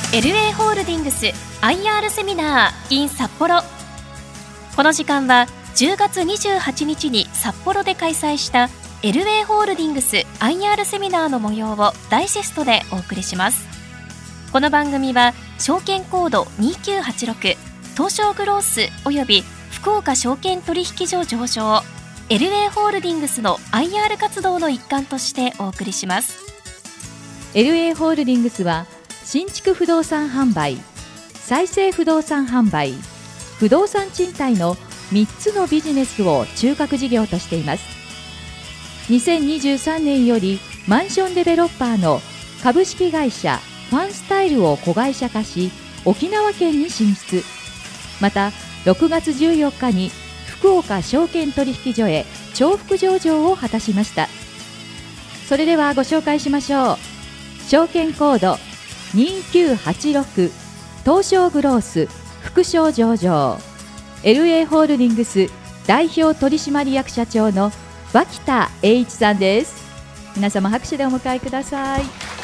LA ホールディングス IR セミナー in 札幌。この時間は10月28日に札幌で開催した LA ホールディングス IR セミナーの模様をダイジェストでお送りします。この番組は証券コード2986東証グロースおよび福岡証券取引所上場 LA ホールディングスの IR 活動の一環としてお送りします。 LA ホールディングスは新築不動産販売、再生不動産販売、不動産賃貸の3つのビジネスを中核事業としています。2023年よりマンションデベロッパーの株式会社ファンスタイルを子会社化し、沖縄県に進出。また6月14日に福岡証券取引所へ重複上場を果たしました。それではご紹介しましょう。証券コード2986東証グロース副賞上場 LA ホールディングス代表取締役社長の脇田栄一さんです。皆様拍手でお迎えください。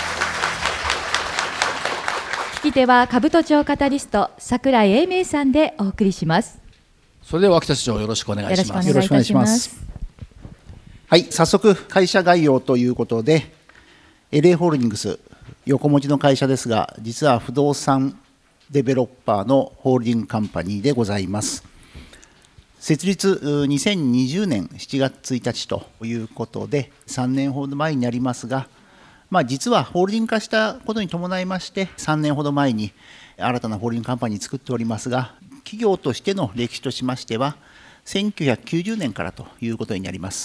聞き手は兜町カタリスト櫻井英明さんでお送りします。 それでは脇田社長、よろしくお願いします。 よろしくお願いします。 はい、早速会社概要ということで LA ホールディングス横文字の会社ですが、実は不動産デベロッパーのホールディングカンパニーでございます。設立2020年7月1日ということで3年ほど前になりますが、実はホールディング化したことに伴いまして3年ほど前に新たなホールディングカンパニーを作っておりますが、企業としての歴史としましては1990年からということになります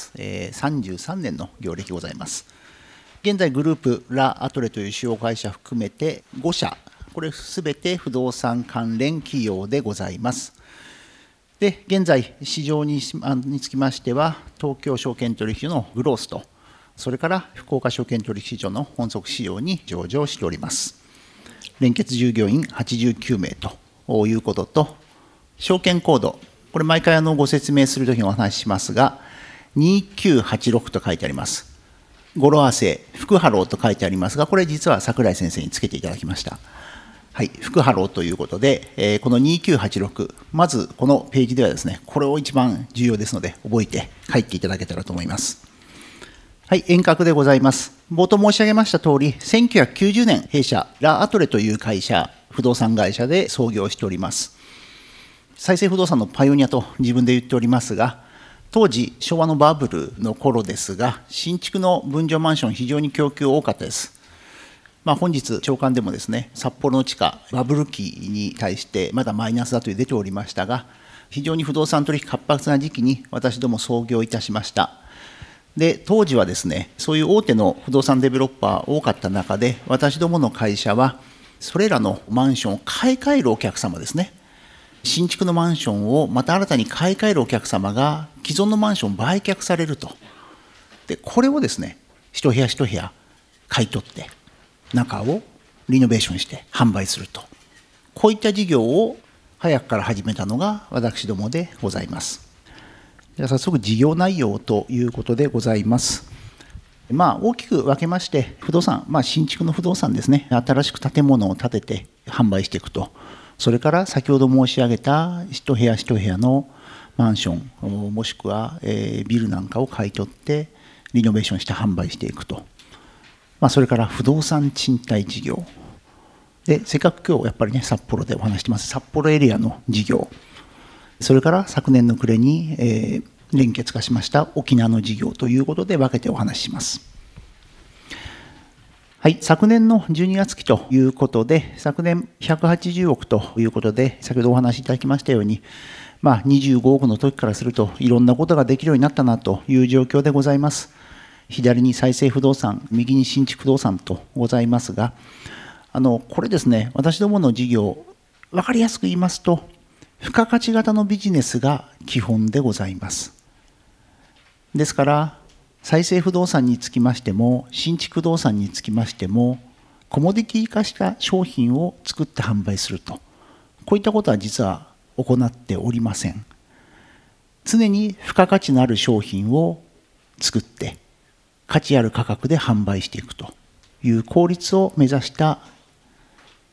。33年の業歴ございます。現在グループラ・アトレという主要会社含めて5社、これすべて不動産関連企業でございます。で、現在市場につきましては東京証券取引所のグロースと、それから福岡証券取引所の本則市場に上場しております。連結従業員89名ということと、証券コード、これ毎回ご説明するときにお話ししますが、2986と書いてあります。語呂合わせ、福ハローと書いてありますが、これ実は櫻井先生につけていただきました。はい、福ハローということで、この2986、まずこのページではですね、これを一番重要ですので、覚えて書いていただけたらと思います。はい、遠隔でございます。冒頭申し上げました通り、1990年、弊社、ラ・アトレという会社、不動産会社で創業しております。再生不動産のパイオニアと自分で言っておりますが、当時、昭和のバブルの頃ですが、新築の分譲マンション、非常に供給多かったです。本日、朝刊でもですね、札幌の地価、バブル期に対してまだマイナスだという出ておりましたが、非常に不動産取引活発な時期に私ども創業いたしました。で、当時はですね、そういう大手の不動産デベロッパー多かった中で、私どもの会社は、それらのマンションを買い替えるお客様ですね、新築のマンションをまた新たに買い替えるお客様が既存のマンションを売却されると。で、これをですね、一部屋一部屋買い取って、中をリノベーションして販売すると。こういった事業を早くから始めたのが私どもでございます。では早速事業内容ということでございます。大きく分けまして、不動産、新築の不動産ですね、新しく建物を建てて販売していくと。それから先ほど申し上げた一部屋一部屋のマンション、もしくはビルなんかを買い取ってリノベーションして販売していくと。それから不動産賃貸事業。で、せっかく今日やっぱりね、札幌でお話してます、札幌エリアの事業。それから昨年の暮れに連結化しました沖縄の事業ということで分けてお話しします。はい、昨年の12月期ということで、昨年180億ということで、先ほどお話しいただきましたように、25億の時からすると、いろんなことができるようになったなという状況でございます。左に再生不動産、右に新築不動産とございますが、これですね、私どもの事業、分かりやすく言いますと、付加価値型のビジネスが基本でございます。ですから、再生不動産につきましても、新築不動産につきましても、コモディティ化した商品を作って販売すると、こういったことは実は行っておりません。常に付加価値のある商品を作って、価値ある価格で販売していくという効率を目指した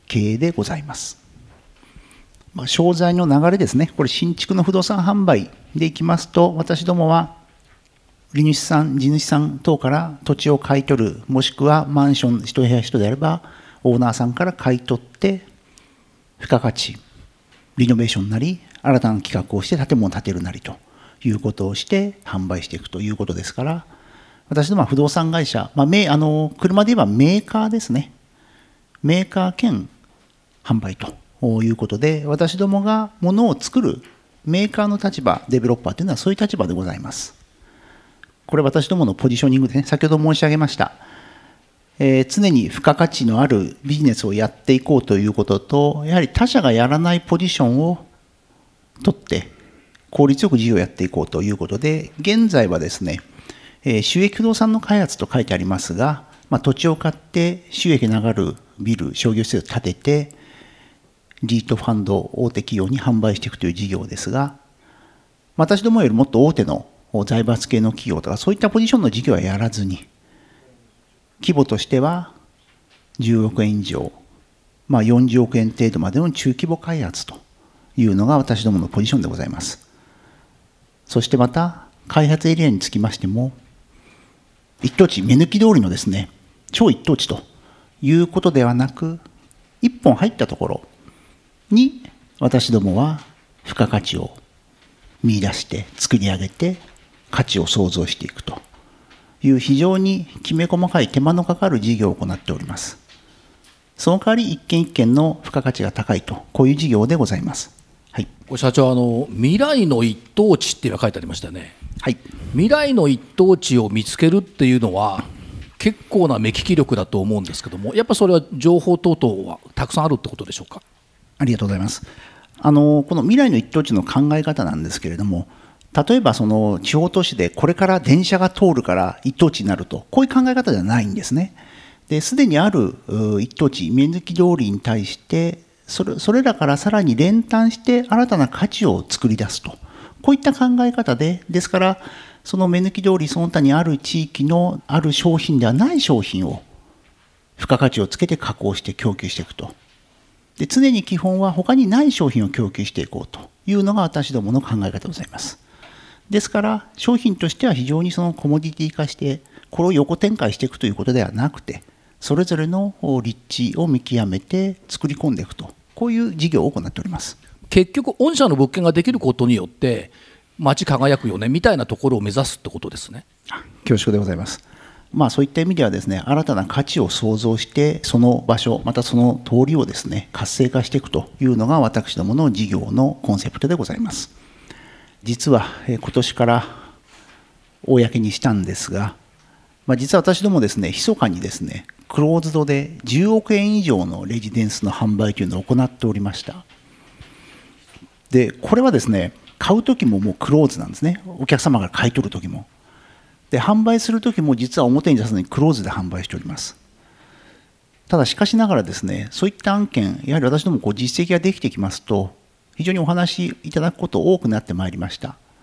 経営でございます。商材の流れですね。これ新築の不動産販売でいきますと、私どもは売り主さん、地主さん等から土地を買い取る、もしくはマンション一部屋一であればオーナーさんから買い取って付加価値、リノベーションなり新たな企画をして建物を建てるなりということをして販売していくということですから、私どもは不動産会社、車で言えばメーカーですね。メーカー兼販売ということで、私どもが物を作るメーカーの立場、デベロッパーというのはそういう立場でございます。これ私どものポジショニングでね、先ほど申し上げました。常に付加価値のあるビジネスをやっていこうということと、やはり他社がやらないポジションを取って効率よく事業をやっていこうということで、現在はですね、収益不動産の開発と書いてありますが、土地を買って収益の上がるビル、商業施設を建てて、リートファンド、大手企業に販売していくという事業ですが、私どもよりもっと大手の財閥系の企業とか、そういったポジションの事業はやらずに、規模としては10億円以上、40億円程度までの中規模開発というのが私どものポジションでございます。そしてまた、開発エリアにつきましても、一等地、目抜き通りのですね、超一等地ということではなく、一本入ったところに私どもは付加価値を見出して作り上げて価値を創造していくという非常にきめ細かい手間のかかる事業を行っております。その代わり一件一件の付加価値が高いと、こういう事業でございます。はい、 社長、未来の一等地っていうのが書いてありましたよね。 はい、 未来の一等地を見つけるっていうのは結構な目利き力だと思うんですけども、やっぱそれは情報等々はたくさんあるってことでしょうか。 ありがとうございます。この未来の一等地の考え方なんですけれども、例えばその地方都市でこれから電車が通るから一等地になると、こういう考え方じゃないんですね。すでにある一等地、目抜き通りに対してそれらからさらに連単して新たな価値を作り出すと、こういった考え方で、ですからその目抜き通りその他にある地域のある商品ではない商品を付加価値をつけて加工して供給していくと。で、常に基本は他にない商品を供給していこうというのが私どもの考え方でございます。ですから商品としては非常にそのコモディティ化してこれを横展開していくということではなくて、それぞれの立地を見極めて作り込んでいくと、こういう事業を行っております。 結局御社の物件ができることによって街輝くよねみたいなところを目指すってことですね。 恐縮でございます。そういった意味ではですね、新たな価値を創造してその場所、またその通りをですね活性化していくというのが私どもの事業のコンセプトでございます。実は今年から公にしたんですが、実は私どもですね、密かにですねクローズドで10億円以上のレジデンスの販売というのを行っておりました。で、これはですね、買うときももうクローズなんですね。お客様が買い取るときも。で、販売するときも実は表に出さずにクローズで販売しております。ただしかしながらですね、そういった案件、やはり私ども実績ができてきますと、非常にお話しいただくこと多くなってまいりました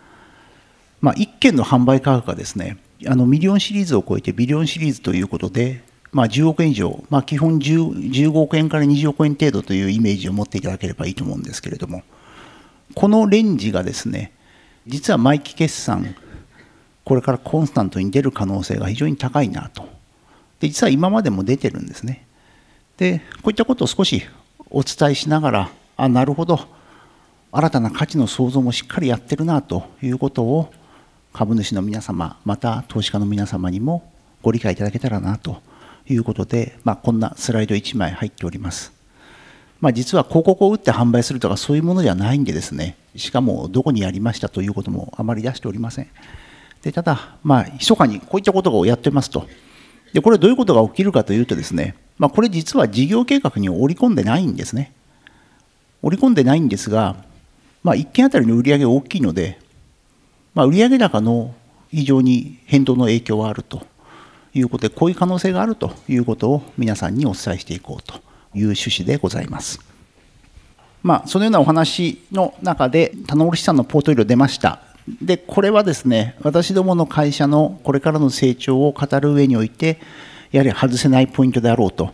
。1件の販売価格がですね、ミリオンシリーズを超えてビリオンシリーズということで、10億円以上、基本15億円から20億円程度というイメージを持っていただければいいと思うんですけれども、このレンジがですね、実は毎期決算、これからコンスタントに出る可能性が非常に高いなと。で、実は今までも出てるんですね。で、こういったことを少しお伝えしながら、なるほど、新たな価値の創造もしっかりやってるなということを株主の皆様、また投資家の皆様にもご理解いただけたらなということで、こんなスライド1枚入っております。実は広告を打って販売するとかそういうものではないんでですね、しかもどこにやりましたということもあまり出しておりません。で、ただ、密かにこういったことをやってますと。で、これどういうことが起きるかというとですね、これ実は事業計画に織り込んでないんですね。織り込んでないんですが、1件あたりの売上大きいので、売上高の非常に変動の影響はあるということで、こういう可能性があるということを皆さんにお伝えしていこうという趣旨でございます。そのようなお話の中で、棚卸資産のポートフォリオ出ました。で、これはですね、私どもの会社のこれからの成長を語る上において、やはり外せないポイントであろうと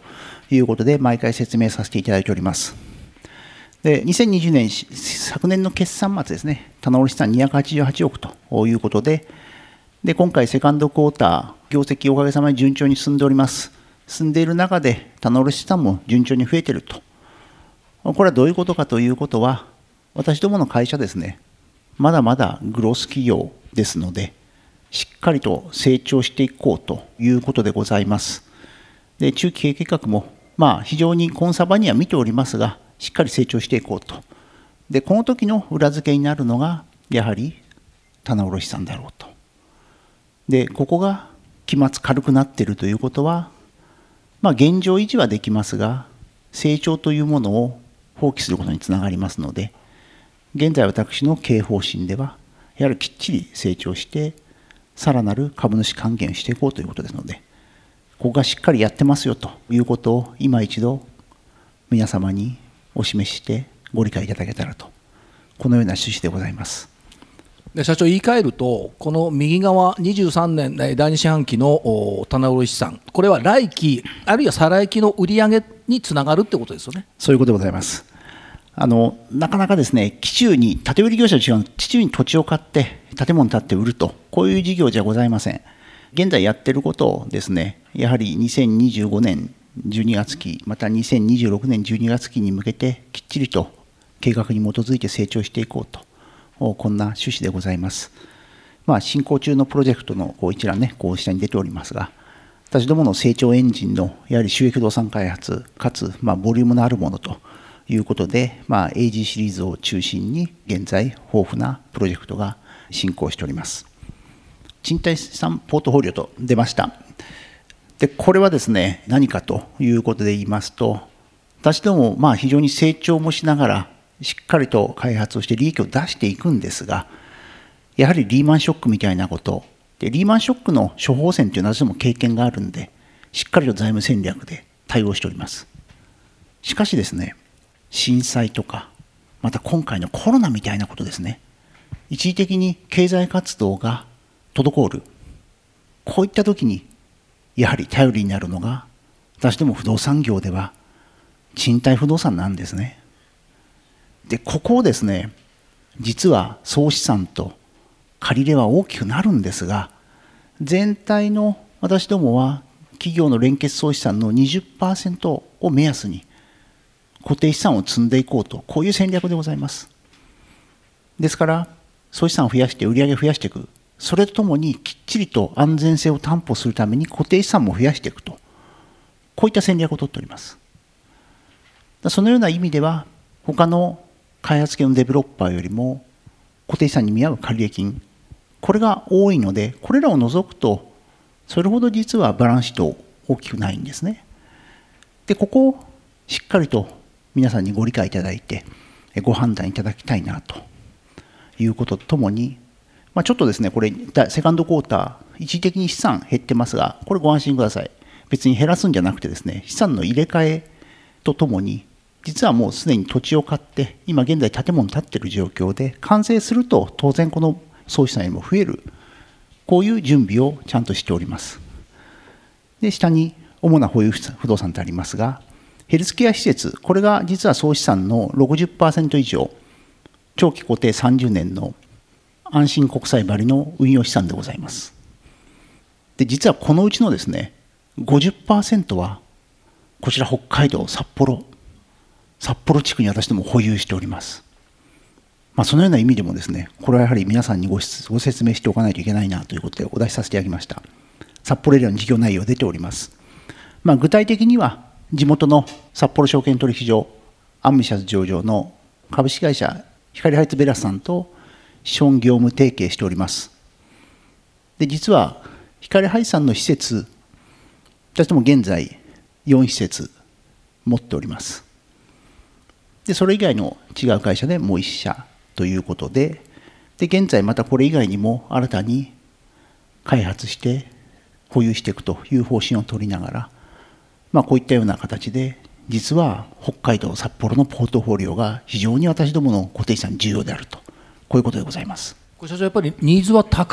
いうことで、毎回説明させていただいております。で、2020年、昨年の決算末ですね、棚卸資産288億ということで、今回、セカンドクォーター、業績おかげさまに順調に進んでおります。進んでいる中で、棚卸資産も順調に増えていると。これはどういうことかということは、私どもの会社ですね、まだまだグロース企業ですので、しっかりと成長していこうということでございます。で、中期経営計画も、非常にコンサバには見ておりますが、しっかり成長していこうと。で、この時の裏付けになるのが、やはり棚卸資産だろうと。で、ここが期末軽くなっているということは、現状維持はできますが、成長というものを放棄することにつながりますので、現在私の経営方針では、やはりきっちり成長して、さらなる株主還元をしていこうということですので、ここがしっかりやってますよということを、今一度皆様にお示ししてご理解いただけたらと、このような趣旨でございます。 で社長、言い換えると、この右側、23年第2四半期の棚卸資産、これは来期、あるいは再来期の売上につながるってことですよね。 そういうことでございます。なかなかですね、期中に、建売業者と違う、期中に土地を買って、建物建って売ると、こういう事業じゃございません。現在やってることをですね、やはり2025年12月期、また2026年12月期に向けて、きっちりと計画に基づいて成長していこうと、こんな趣旨でございます。進行中のプロジェクトの一覧ね、下に出ておりますが、私どもの成長エンジンのやはり収益不動産開発、かつボリュームのあるものということで、AG シリーズを中心に現在豊富なプロジェクトが進行しております。賃貸資産ポートフォリオと出ました。で、これはですね、何かということで言いますと、私ども非常に成長もしながら、しっかりと開発をして利益を出していくんですが、やはりリーマンショックみたいなことで、リーマンショックの処方箋というのは私ども経験があるんで、しっかりと財務戦略で対応しております。しかしですね、震災とか、また今回のコロナみたいなことですね、一時的に経済活動が滞る、こういったときに、やはり頼りになるのが、私ども不動産業では、賃貸不動産なんですね。で、ここをですね、実は総資産と借り入れは大きくなるんですが、全体の私どもは、企業の連結総資産の 20% を目安に、固定資産を積んでいこうと、こういう戦略でございます。ですから、総資産を増やして、売上を増やしていく。それとともにきっちりと安全性を担保するために固定資産も増やしていくと、こういった戦略を取っております。そのような意味では、他の開発系のデベロッパーよりも固定資産に見合う借入金、これが多いので、これらを除くと、それほど実はバランスシート大きくないんですね。で、ここをしっかりと皆さんにご理解いただいて、ご判断いただきたいなということとともに、ちょっとですね、これ、セカンドクォーター、一時的に資産減ってますが、これご安心ください。別に減らすんじゃなくてですね、資産の入れ替えとともに、実はもうすでに土地を買って、今現在建物建っている状況で、完成すると当然この総資産よりも増える、こういう準備をちゃんとしております。で、下に主な保有不動産ってありますが、ヘルスケア施設、これが実は総資産の 60% 以上、長期固定30年の安心国債張りの運用資産でございます。で、実はこのうちのですね、50% は、こちら北海道札幌地区に私ども保有しております。そのような意味でもですね、これはやはり皆さんにご説明しておかないといけないなということでお出しさせていただきました。札幌エリアの事業内容出ております。具体的には、地元の札幌証券取引所、アンビシャス上場の株式会社光ハイツベラスさんと資本業務提携しております。で、実は光ハイツさんの施設、私ども現在4施設持っております。で、それ以外の違う会社でもう1社ということで、現在またこれ以外にも新たに開発して保有していくという方針を取りながら、こういったような形で、実は北海道、札幌のポートフォリオが非常に私どもの固定資産に重要であると、こういうことでございます。 これ社長、やっぱりニーズは高いっ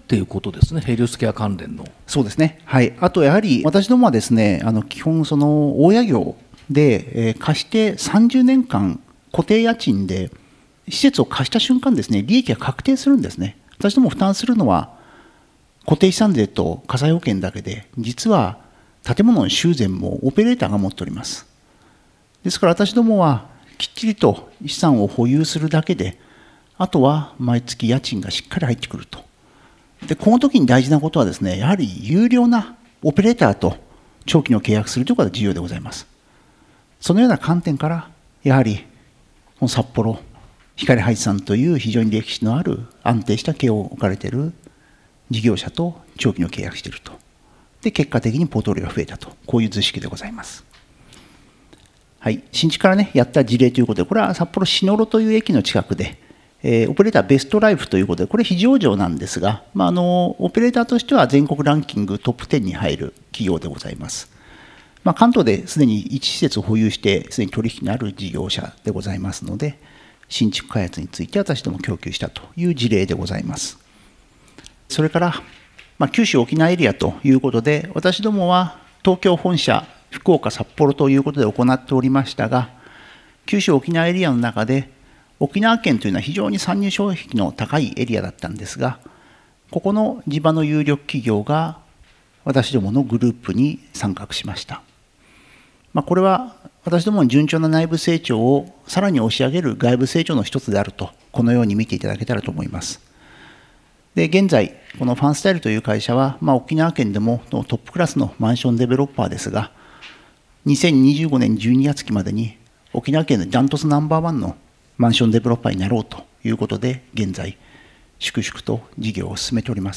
っていうことですね、ヘルスケア関連の。 そうですね、はい、あとやはり私どもはですね、基本、大家業で、貸して30年間、固定家賃で、施設を貸した瞬間ですね、利益が確定するんですね。私ども負担するのは、固定資産税と火災保険だけで、実は建物の修繕もオペレーターが持っております。ですから私どもは、きっちりと資産を保有するだけで、あとは毎月家賃がしっかり入ってくると。で、この時に大事なことはですね、やはり有料なオペレーターと長期の契約するということが重要でございます。そのような観点から、やはりこの札幌光ハイツさんという非常に歴史のある安定した経営を置かれている事業者と長期の契約していると。で、結果的にポートフォリオが増えたと、こういう図式でございます。はい、新築からね、やった事例ということで、これは札幌篠路という駅の近くで、オペレーターベストライフということで、これ非上場なんですが、オペレーターとしては全国ランキングトップ10に入る企業でございます。関東ですでに1施設を保有して、すでに取引のある事業者でございますので、新築開発について私ども供給したという事例でございます。それから、九州沖縄エリアということで、私どもは東京本社、福岡、札幌ということで行っておりましたが、九州沖縄エリアの中で、沖縄県というのは非常に参入障壁の高いエリアだったんですが、ここの地場の有力企業が私どものグループに参画しました。これは私どもの順調な内部成長をさらに押し上げる外部成長の一つであると、このように見ていただけたらと思います。で、現在、このファンスタイルという会社は、沖縄県でもトップクラスのマンションデベロッパーですが、2025年12月期までに沖縄県のダントツナンバー1のマンションデベロッパーになろうということで、現在、粛々と事業を進めております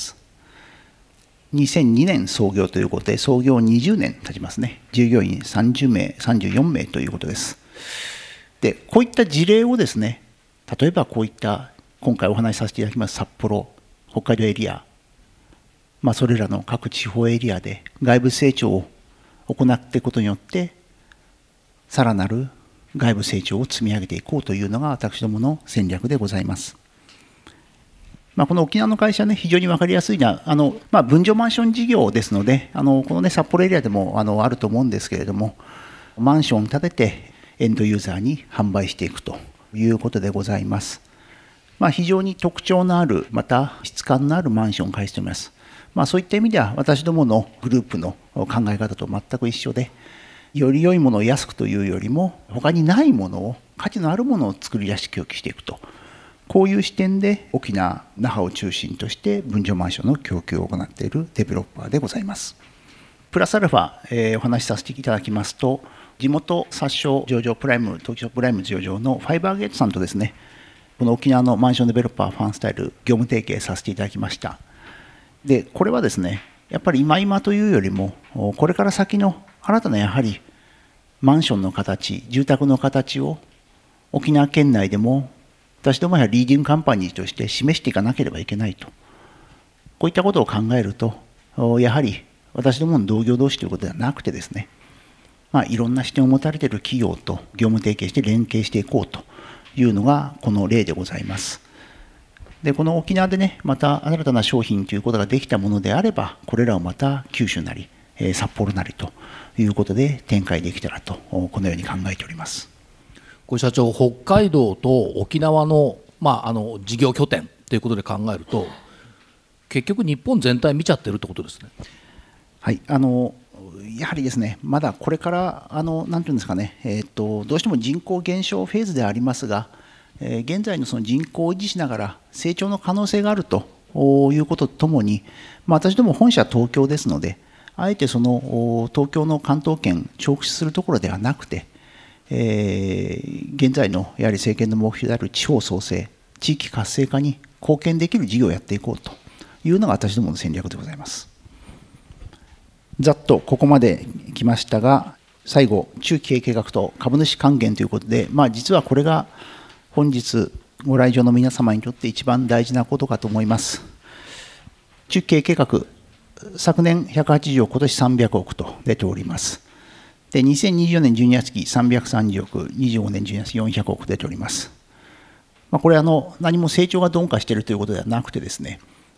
。2002年創業ということで、創業20年経ちますね。従業員30名、34名ということです。で、こういった事例をですね、例えばこういった今回お話しさせていただきます札幌、北海道エリア、それらの各地方エリアで外部成長を行っていくことによって、さらなる外部成長を積み上げていこうというのが私どもの戦略でございます。この沖縄の会社ね、非常に分かりやすいのは、分譲マンション事業ですので、このね、札幌エリアでもあると思うんですけれども、マンションを建ててエンドユーザーに販売していくということでございます。非常に特徴のある、また質感のあるマンションを開始しております。そういった意味では、私どものグループの考え方と全く一緒で、より良いものを安くというよりも、他にないものを、価値のあるものを作り出し供給していくと。こういう視点で沖縄、那覇を中心として分譲マンションの供給を行っているデベロッパーでございます。プラスアルファ、お話しさせていただきますと、地元殺傷上場プライム、東京プライム上場のファイバーゲートさんとですね、この沖縄のマンションデベロッパーファンスタイル、業務提携させていただきました。で、これはですね、やっぱり今というよりも、これから先の新たなやはりマンションの形、住宅の形を沖縄県内でも、私どもはリーディングカンパニーとして示していかなければいけないと。こういったことを考えると、やはり私どもの同業同士ということではなくてですね、いろんな視点を持たれている企業と業務提携して連携していこうというのがこの例でございます。で、この沖縄でね、また新たな商品ということができたものであれば、これらをまた九州なり、札幌なりということで展開できたらと、このように考えております。 これ社長、北海道と沖縄の、事業拠点ということで考えると、結局日本全体見ちゃってるってことですね。 はい、やはりですね、まだこれからなんていうんですかね、どうしても人口減少フェーズでありますが、現在のその人口を維持しながら成長の可能性があるということとともに、私ども本社は東京ですので、あえてその東京の関東圏重視するところではなくて、現在のやはり政権の目標である地方創生、地域活性化に貢献できる事業をやっていこうというのが私どもの戦略でございます。ざっとここまで来ましたが、最後、中期経営計画と株主還元ということで、実はこれが本日ご来場の皆様にとって一番大事なことかと思います。中期経営計画、昨年180億、今年300億と出ております。で、2024年12月期330億、25年12月400億出ております。これ何も成長が鈍化しているということではなくてですね、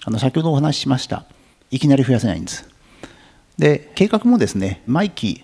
先ほどお話ししました、いきなり増やせないんです。で、計画もですね、毎期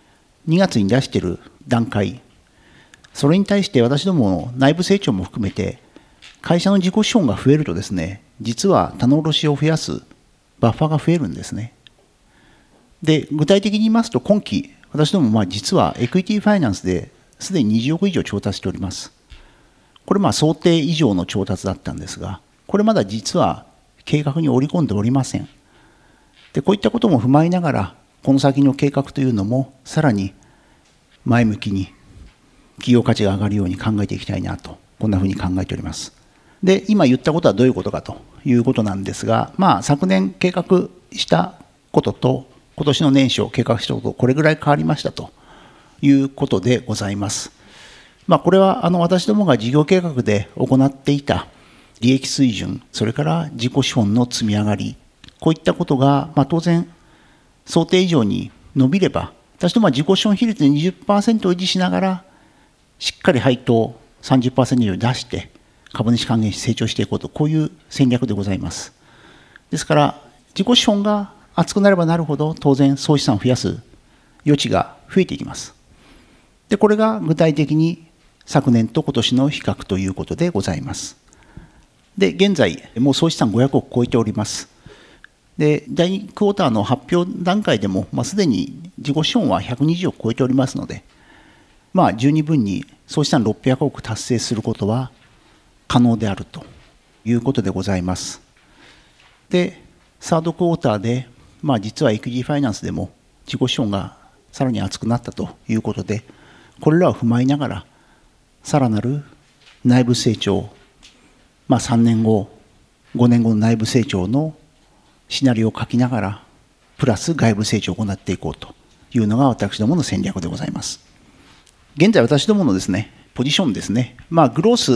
2月に出している段階、それに対して私どもの内部成長も含めて、会社の自己資本が増えるとですね、実は棚卸を増やすバッファーが増えるんですね。で、具体的に言いますと、今期、私ども実はエクイティファイナンスですでに20億以上調達しております。これ想定以上の調達だったんですが、これまだ実は計画に織り込んでおりません。で、こういったことも踏まえながら、この先の計画というのもさらに前向きに企業価値が上がるように考えていきたいなと、こんなふうに考えております。で、今言ったことはどういうことかということなんですが、昨年計画したことと、今年の年初計画したこと、これぐらい変わりましたということでございます。これは私どもが事業計画で行っていた利益水準、それから自己資本の積み上がり、こういったことが当然、想定以上に伸びれば、私どもは自己資本比率で 20% を維持しながら、しっかり配当 30% 以上出して、株主還元し成長していこうと、こういう戦略でございます。ですから、自己資本が厚くなればなるほど、当然、総資産を増やす余地が増えていきます。で、これが具体的に昨年と今年の比較ということでございます。で、現在、もう総資産500億超えております。で、第2クォーターの発表段階でも、すでに自己資本は120億超えておりますので、十二分に総資産600億達成することは可能であるということでございます。で、サードクォーターで、実はエクイティファイナンスでも自己資本がさらに厚くなったということで、これらを踏まえながら、さらなる内部成長、3年後、5年後の内部成長のシナリオを書きながら、プラス外部成長を行っていこうというのが私どもの戦略でございます。現在私どものですね、ポジションですね、グロース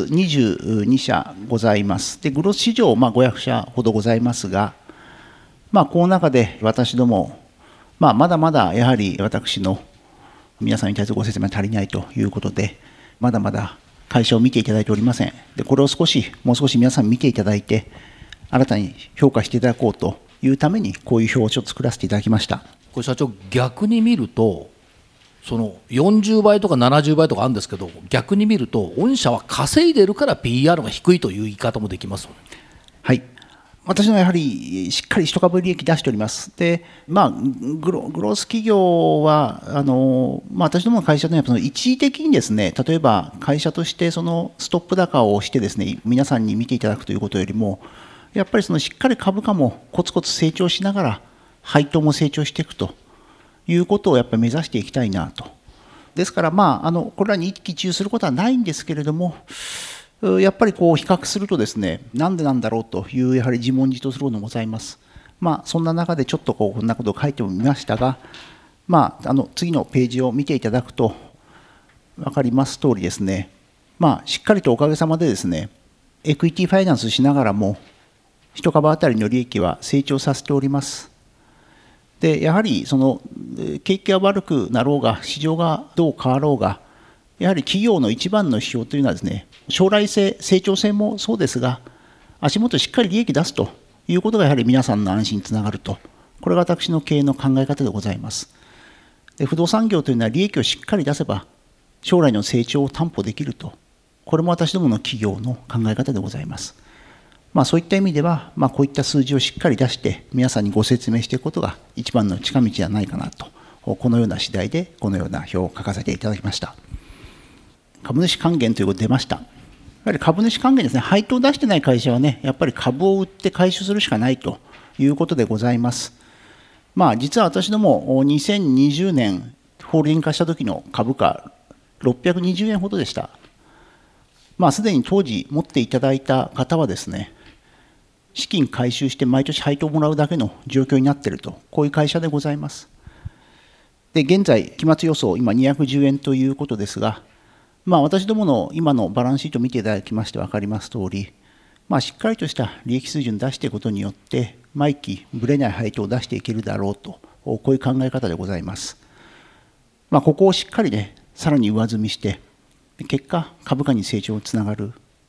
22社ございます。で、グロース市場500社ほどございますが、この中で私ども、まだまだやはり私の皆さんに対するご説明が足りないということで、まだまだ会社を見ていただいておりません。で、これをもう少し皆さん見ていただいて、新たに評価していただこうというために、こういう表を作らせていただきました。 これ社長、逆に見ると、その40倍とか70倍とかあるんですけど、逆に見ると、御社は稼いでるから PR が低いという言い方もできますよね。 はい。私はやはりしっかり一株利益出しております。で、グロース企業は、私どもの会社というのは、一時的にですね、例えば会社としてそのストップ高をしてですね、皆さんに見ていただくということよりも、やっぱりしっかり株価もコツコツ成長しながら、配当も成長していくということをやっぱり目指していきたいなと。ですから、これらに一喜一憂することはないんですけれども、やっぱり比較するとですね、なんでなんだろうというやはり自問自答するものもございます。そんな中でちょっとこんなことを書いてみましたが、次のページを見ていただくと分かります通りですね、しっかりとおかげさまでですね、エクイティファイナンスしながらも、一株当たりの利益は成長させております。で、やはり景気が悪くなろうが、市場がどう変わろうが、やはり企業の一番の指標というのはですね、将来性、成長性もそうですが、足元しっかり利益出すということがやはり皆さんの安心につながると、これが私の経営の考え方でございます。で、不動産業というのは利益をしっかり出せば、将来の成長を担保できると、これも私どもの企業の考え方でございます。そういった意味では、こういった数字をしっかり出して、皆さんにご説明していくことが一番の近道ではないかなと、このような次第で、このような表を書かせていただきました。株主還元ということで出ました。やはり株主還元ですね、配当を出してない会社はね、やっぱり株を売って回収するしかないということでございます。実は私ども、2020年、ホールディング化した時の株価、620円ほどでした。すでに当時持っていただいた方はですね、資金回収して毎年配当をもらうだけの状況になっていると、こういう会社でございます。で、現在、期末予想、今210円ということですが、私どもの今のバランスシートを見ていただきまして分かりますとおり、しっかりとした利益水準を出していくことによって、毎期ぶれない配当を出していけるだろうと、こういう考え方でございます。ここをしっかりね、さらに上積みして、結果、株価に成長につながる、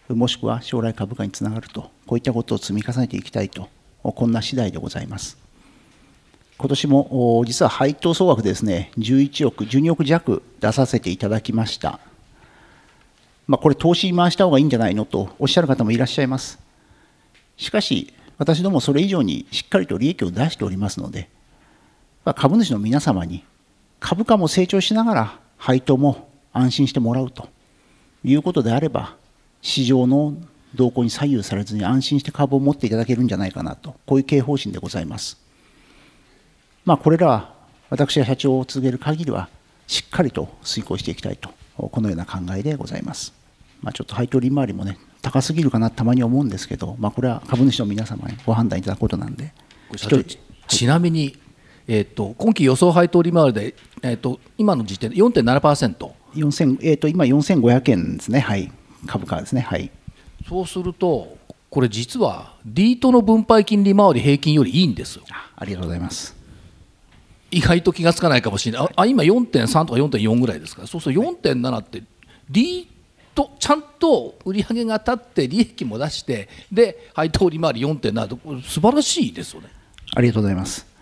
もしくは将来株価につながると、こういったことを積み重ねていきたいと、こんな次第でございます。今年も実は配当総額でですね、11億、12億弱出させていただきました。これ、投資に回した方がいいんじゃないのとおっしゃる方もいらっしゃいます。しかし、私どもそれ以上にしっかりと利益を出しておりますので、株主の皆様に株価も成長しながら配当も安心してもらうということであれば、市場の動向に左右されずに安心して株を持っていただけるんじゃないかなと、こういう経営方針でございます。これらは私が社長を続ける限りはしっかりと遂行していきたいと、このような考えでございます。ちょっと配当利回りもね、高すぎるかなとたまに思うんですけど、これは株主の皆様にご判断いただくことなんで。 社長、ちなみに、今期予想配当利回りで、今の時点で 4.7%、 今4500円ですね、はい、株価ですね、はい。 そうすると、これ実はリートの分配金利回り平均よりいいんですよ。 ありがとうございます。 意外と気がつかないかもしれない。今 4.3 とか 4.4 ぐらいですから、そうすると 4.7 ってリートちゃんと売り上げが立って利益も出してで配当利回り 4.7 と素晴らしいですよね。 ありがとうございます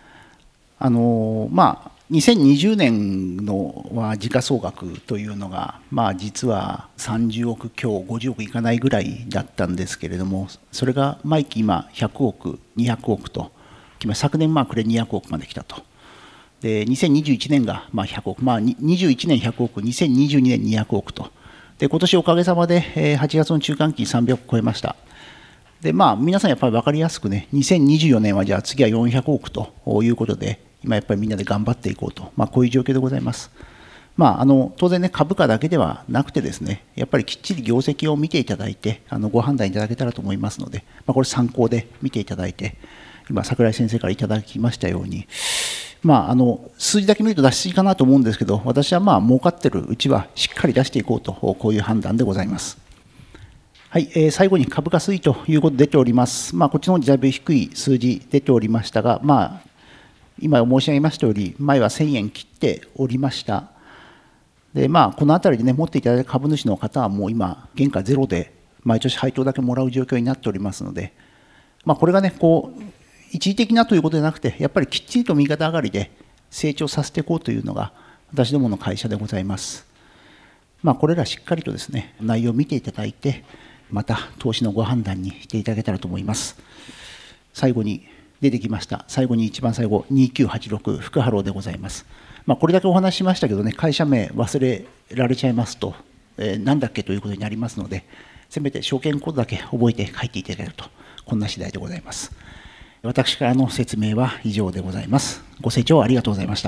。2020年の時価総額というのが、実は30億強、50億いかないぐらいだったんですけれども、それが毎期今100億、200億と、昨年暮れ200億まで来たと。で2021年が100億、21年100億、2022年200億と。で今年おかげさまで8月の中間期300億超えました。で皆さんやっぱり分かりやすくね、2024年はじゃあ次は400億ということで、今やっぱりみんなで頑張っていこうと、こういう状況でございます。当然ね、株価だけではなくてですね、やっぱりきっちり業績を見ていただいて、ご判断いただけたらと思いますので、これ参考で見ていただいて、今、櫻井先生からいただきましたように、数字だけ見ると出しすぎかなと思うんですけど、私は儲かってるうちはしっかり出していこうと、こういう判断でございます。はい、最後に株価推移ということで出ております。こっちの方にだいぶ低い数字出ておりましたが、今申し上げましたより、前は1000円切っておりました。で、このあたりでね、持っていただいた株主の方はもう今、原価ゼロで毎年配当だけもらう状況になっておりますので、これがね、一時的なということではなくて、やっぱりきっちりと右肩上がりで成長させていこうというのが、私どもの会社でございます。これらしっかりとですね、内容を見ていただいて、また投資のご判断にしていただけたらと思います。最後に出てきました。一番最後、2986福ハローでございます。これだけお話ししましたけどね、会社名忘れられちゃいますと、なんだっけということになりますので、せめて証券コードだけ覚えて書いていただけると、こんな次第でございます。私からの説明は以上でございます。ご清聴ありがとうございました。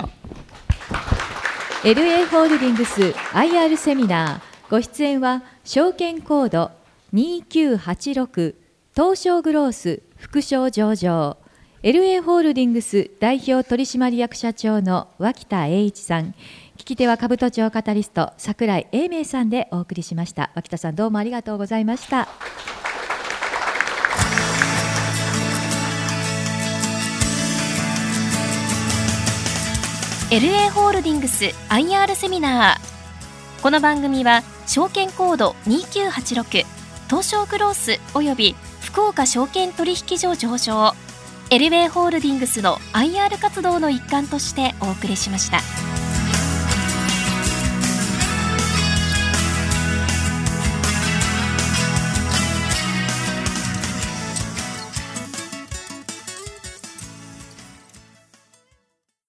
LA ホールディングス IR セミナー、ご出演は証券コード2986東証グロース副賞上場 LA ホールディングス代表取締役社長の脇田栄一さん、聞き手は株都庁カタリスト櫻井英明さんでお送りしました。脇田さん、どうもありがとうございました。 LA ホールディングス IR セミナー。この番組は証券コード2986東証グロースおよび福岡証券取引所上場 LA ホールディングスの IR 活動の一環としてお送りしました。